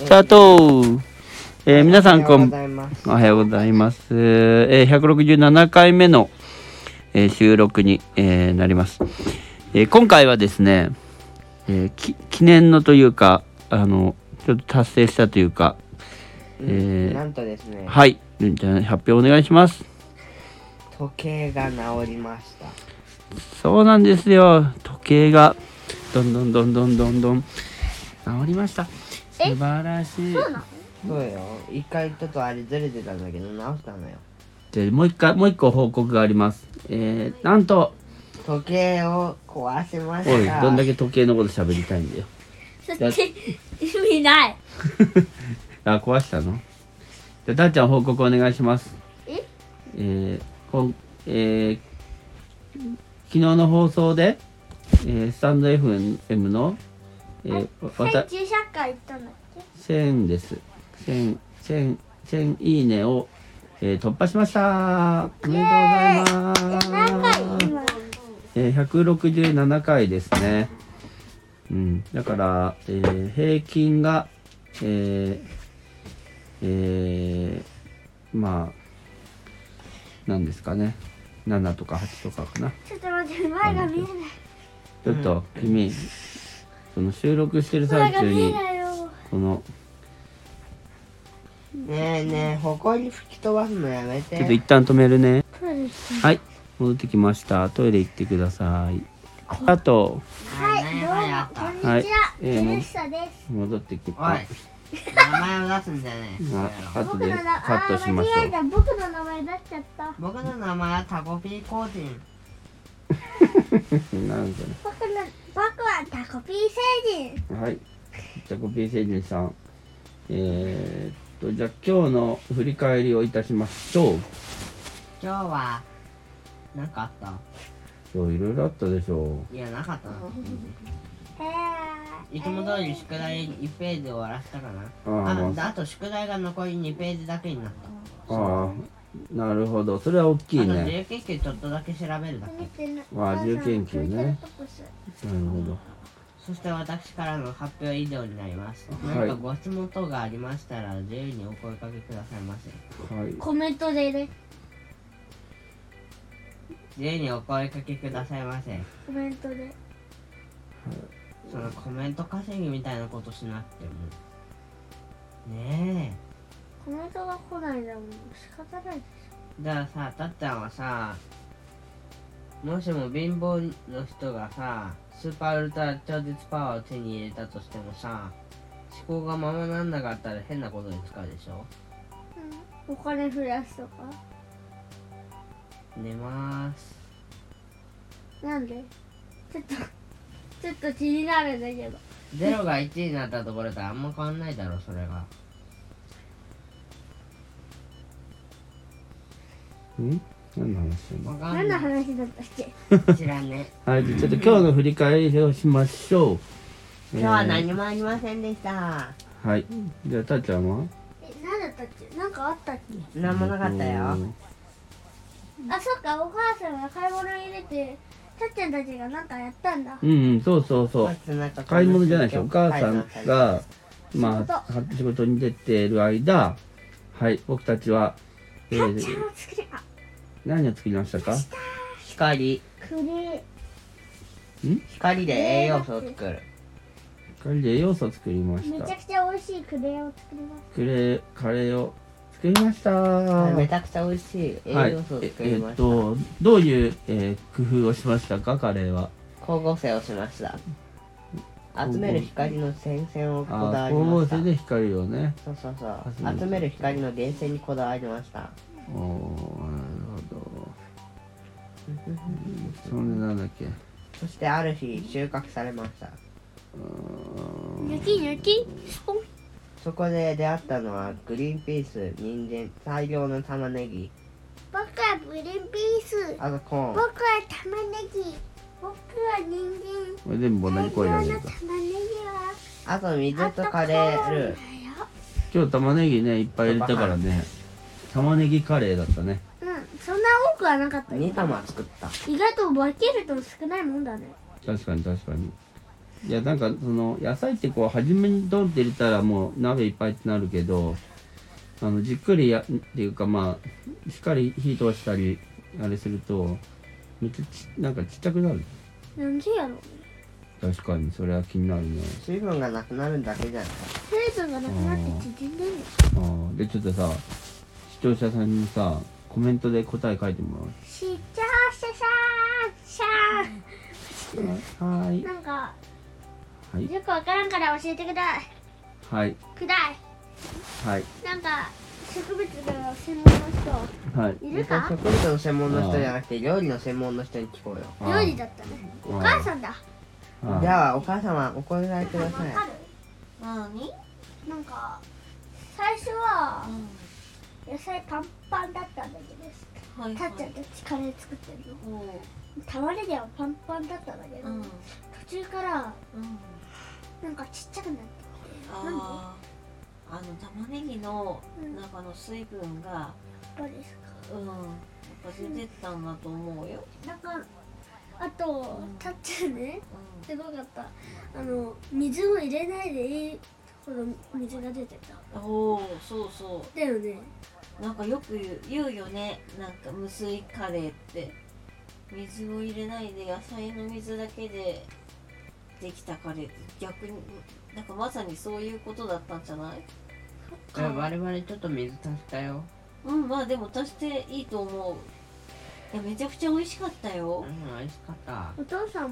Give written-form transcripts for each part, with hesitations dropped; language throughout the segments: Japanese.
スタート。皆さんおはようございます。167回目の、収録に、なります。今回はですね、記念のというかちょっと達成したというか、 なんとですね、 はい、じゃあ発表お願いします。 時計が治りました。 そうなんですよ。時計がどんどん治りました。素晴らしい。 そうよ。一回ちょっとあれずれてたんだけど直したのよ。 じゃあもう一個報告があります。なんと時計を壊しました。 おい、どんだけ時計のこと喋りたいんだよ。 そって意味ない。 あ、壊したの？じゃあたっちゃん報告お願いします。昨日の放送で、スタンド FM の、 1000回行ったんだっけ ？1000です。1000いいねを、突破しました。おめでとうございます。 何回今 167回ですね。だから、平均が、まあ何ですかね、7とか8とかかな。 ちょっと待って、前が見えない。 ちょっと君、その収録してる最中にそのねえねえ、ほこり吹き飛ばすのやめて。 ちょっと一旦止めるね。 そうですね。 はい、戻ってきました。トイレ行ってください。あとはい、どうも、こんにちは。エルサです。 戻ってきおい、 ま名前を出すんじゃねえ。 後でカットしましょう。 僕の名前出しちゃった。 僕の名前はタコピーコーティン。 なんかね。 僕はタコピー星人。 はい、タコピー星人さん。じゃあ今日の振り返りをいたしましょう。 今日は何かあった？ 今日いろいろあったでしょいや、なかったな。いつも通り宿題1ページで終わらせたかな。あと宿題が残り2ページだけになった。 ああ、なるほど。それは大きいあとね。 自由研究ちょっとだけ調べるだけ。 自由研究ね。なるほど。 そして私からの発表以上になります。 はい、 何かご質問等がありましたら自由にお声かけくださいませ。 はい。 コメントでね。 自由にお声かけくださいませ。 コメントで。 そのコメント稼ぎみたいなことしなくても。ねコメントが来ないんだもん。仕方ないでしえ。じゃあさ、たっちゃんはさ、もしも貧乏の人がさ、スーパーウルトラ超絶パワーを手に入れたとしてもさ、思考がままなんなかったら変なことに使うでしょ。 ょ。お金増やすとか。 寝まーす。 なんでちょっと気になるんだけど。 0が1になったところとあんま変わんないだろ、それが。 何の話してんの？ わかん何のない。 話だったっけ？ 知らんね。 はい、ちょっと今日の振り返りをしましょう。 今日は何もありませんでした。 はい。じゃあたっちゃんは？ 何だったっけ？なんかあったっけ？ なんもなかったよ。 あ、そっか、お母さんが買い物に入れて、たっちゃんたちがなんかやったんだ。 そう。買い物じゃないでしょ。お母さんが仕事に出ている間、はい、僕たちは、 たっちゃんを作り、 何を作りましたか？ 光。光で栄養素を作る。 光で栄養素を作りました。 めちゃくちゃ美味しいクレーを作ります。 カレーを作りました。 めちゃくちゃ美味しい栄養素を作りました。 どういう、工夫をしましたか？カレーは光合成をしました。集める光の線をこだわり光ました。 合成で光をね。 そう。集める光の源泉にこだわりました。 なるほど。それなんだっけ？ そしてある日収穫されました。 ニョキそこで出会ったのはグリーンピース、人参、大量の玉ねぎ。 僕はグリーンピース。 あとコーン。 僕は玉ねぎ。僕は人参。 これ全部同じ声だけど。 大量の玉ねぎはあと水とカレールー。 今日玉ねぎねいっぱい入れたからね。玉ねぎカレーだったね。 そんな多くはなかった。 2玉作った。 意外と分けると少ないもんだね。 確かに。 いやなんかその野菜ってこう初めにドンって入れたらもう鍋いっぱいってなるけど、じっくりっていうかまあしっかり火通したりあれするとめっちゃなんかちっちゃくなる。 なんでやろうね。 確かにそれは気になるね。 水分がなくなるだけじゃない。 水分がなくなって縮んでるの。 でちょっとさ視聴者さんにさコメントで答え書いてもらう。 視聴者さんはい。 なんかはい。 よくわからんから教えてください。 はい。 くだい。 はい。 なんか植物が専門の人はい。 いるか？ 植物の専門の人じゃなくて料理の専門の人に聞こうよ。 料理だったね。お母さんだ。 じゃあお母様お答えください。 わかる？ 何？ なんか最初は野菜パンパンだったんだけど、 はいたっちゃんたちカレー作ってるの。 お玉ねぎはパンパンだったんだけど、 うん途中からうんなんかちっちゃくなってきて、なんで？ 玉ねぎのうん中の水分がそうですか。 やっぱ出てったんだと思うよ。 なんかあとうんたっちゃんね、 うすごかった。水を入れないでいいほど水が出てた。 ん、おお、そうそだよね。 う。なんかよく言うよね。なんか無水カレーって水を入れないで野菜の水だけでできたカレーって逆になんかまさにそういうことだったんじゃない？ 我々ちょっと水足したよ。 うんまあでも足していいと思う。いやめちゃくちゃ美味しかったよ。 美味しかった。 お父さんは？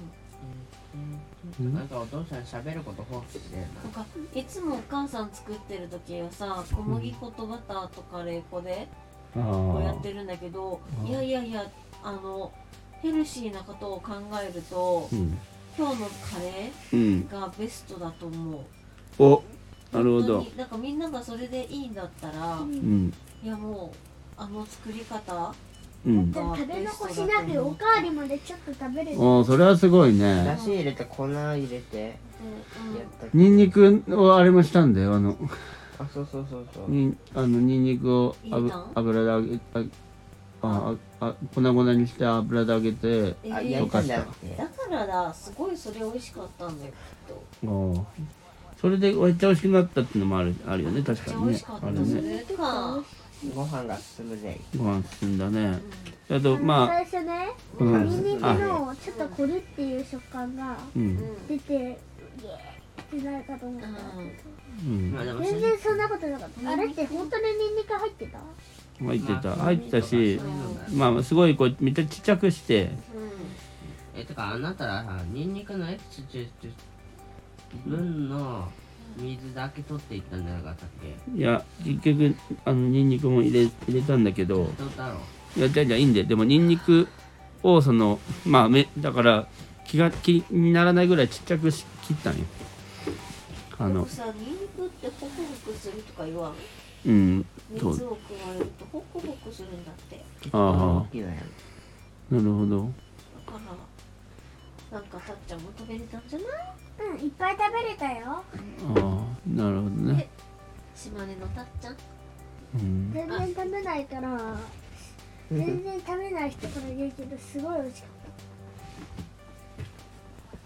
なんかお父さん喋ること放棄してるなんかいつもお母さん作ってる時はさ小麦粉とバターとカレー粉でこうやってるんだけど、いやいやいやヘルシーなことを考えると、今日のカレーがベストだと思う。 お、なるほど。 本当になんかみんながそれでいいんだったら、いやもう作り方でも食べ残しなくおかわりまでちょっと食べれる。 それはすごいね。 だし入れて粉入れてやった。 ニンニクをあれもしたんだよ。 そうそうそうそう。 ニンニクを油で揚げ粉々にして油で揚げて焼いたんじゃなくて。 だからだ、すごいそれ美味しかったんだよきっと。 それでめっちゃ美味しくなったっていうのもあるよね。確かにね。 あれね。 ご飯が進むぜ。 ご飯進んだね。あとまあ最初ね、ニンニクのちょっとコリっていう食感が出て、イエーってなるかと思ったんだけど、全然そんなことなかった。あれって本当にニンニク入ってた？ 入ってたし、まあすごいこうめっちゃちっちゃくして。 てかあなたらニンニクのエキス分の水だけ取っていったんじゃなかったっけ？ いや結局ニンニクも入れたんだけど、 どうだろう。 いやじゃあいいんで、でもニンニクをまあだから気にならないぐらいちっちゃく切ったんよ。 でもさ、ニンニクってホクホクするとか言わん？水を加えるとホクホクするんだって。 ああ、なるほど。 だからなんかたっちゃんも食べれたんじゃない？ いっぱい食べれたよ。 ああ、なるほどね。 島根のたっちゃん。 全然食べないから、全然食べない人から言うけどすごい美味しかった。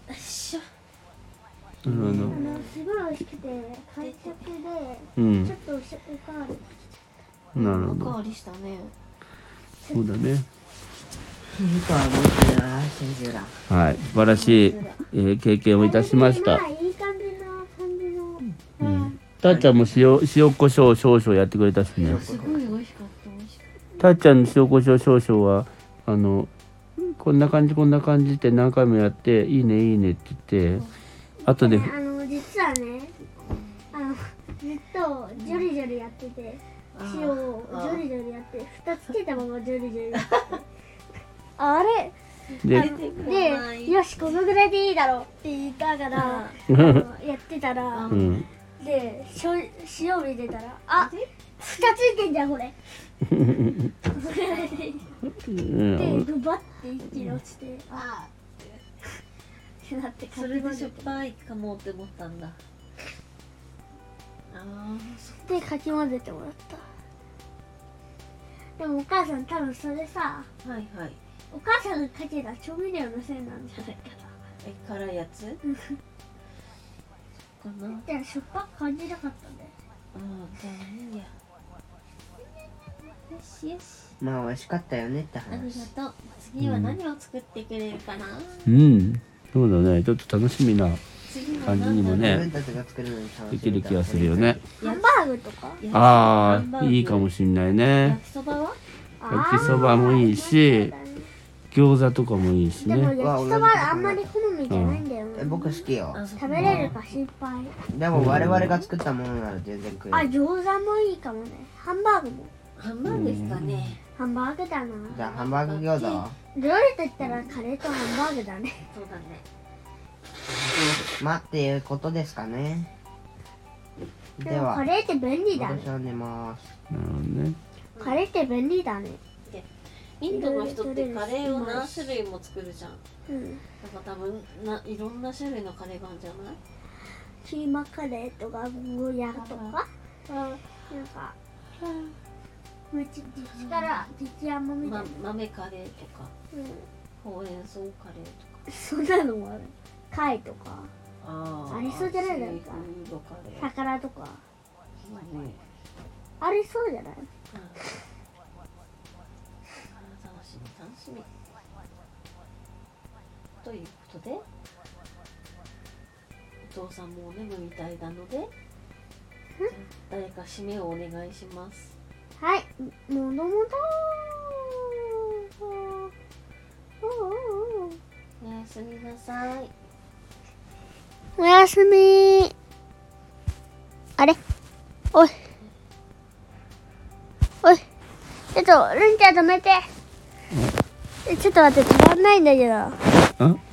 よいしょ。 なるほど。 すごい美味しくて完食で、ちょっとおかわり。 なるほど。 おかわりしたね。 そうだね。 はい、素晴らしい、経験をいたしました。 いい感じの。 たっちゃんも塩コショウ少々やってくれたしね。 すごい美味しかった。 たっちゃんの塩コショウ少々はこんな感じって何回もやっていいねって言って後で実はねずっとジョリジョリやってて塩をジョリジョリやって蓋つけたままジョリジョリやってあれでよしこのぐらいでいいだろうって言ったからやってたら、で塩入れたら蓋ついてんじゃんこれでグバッて一気に落ちてってなってそれでしょっぱいかもって思ったんだ。 でかき混ぜてもらった。でもお母さん多分それさ、 はいはい。 お母さんがかけた調味料のせいなんじゃないかな。 辛いやつかな。 じゃあしょっぱく感じなかったね。 じゃあいいや。よしよし、 まあ美味しかったよねってあり話。 がとう。次は何を作ってくれるかな。 うんそうだねちょっと楽しみな次は感じにもね自分たちが作るのに楽しみできる気がするよね。 ハンバーグとか。 ああいいかもしんないね。 焼きそばは焼きそばもいいし餃子とかもいいしでもね。 焼きそばあんまり好みじゃないんだよね。 僕好きよ。 食べれるか心配。 でも我々が作ったものなら全然食えあ、 る。 餃子もいいかもね。ハンバーグも。 ハンバーグですかね。 ハンバーグだな。 じゃあハンバーグ餃子は料理と言ったらカレーとハンバーグだね。 そうだね。 まあっていうことですかね。ではでもカレーって便利だね私。は寝ます。 なるほどね。 カレーって便利だね。 インドの人ってカレーを何種類も作るじゃん。 うん。 だから多分いろんな種類のカレーがあるんじゃない？ キーマカレーとかゴーヤとか。なんか。激辛激甘みたいな。 豆カレーとかうん。 ほうれん草カレーとか。 そんなのもある。貝とか。 あありそうじゃないですかシーフードカレー。 魚とか。 ねありそうじゃない？ 楽しみ楽しみ。ということで、お父さんもお眠みたいなので、誰か締めをお願いします。 はい。もともと。 おやすみなさい。 おやすみ。あれおい。おい。ちょっと、ルンちゃん止めて。ちょっと待って、止まんないんだけど。 あ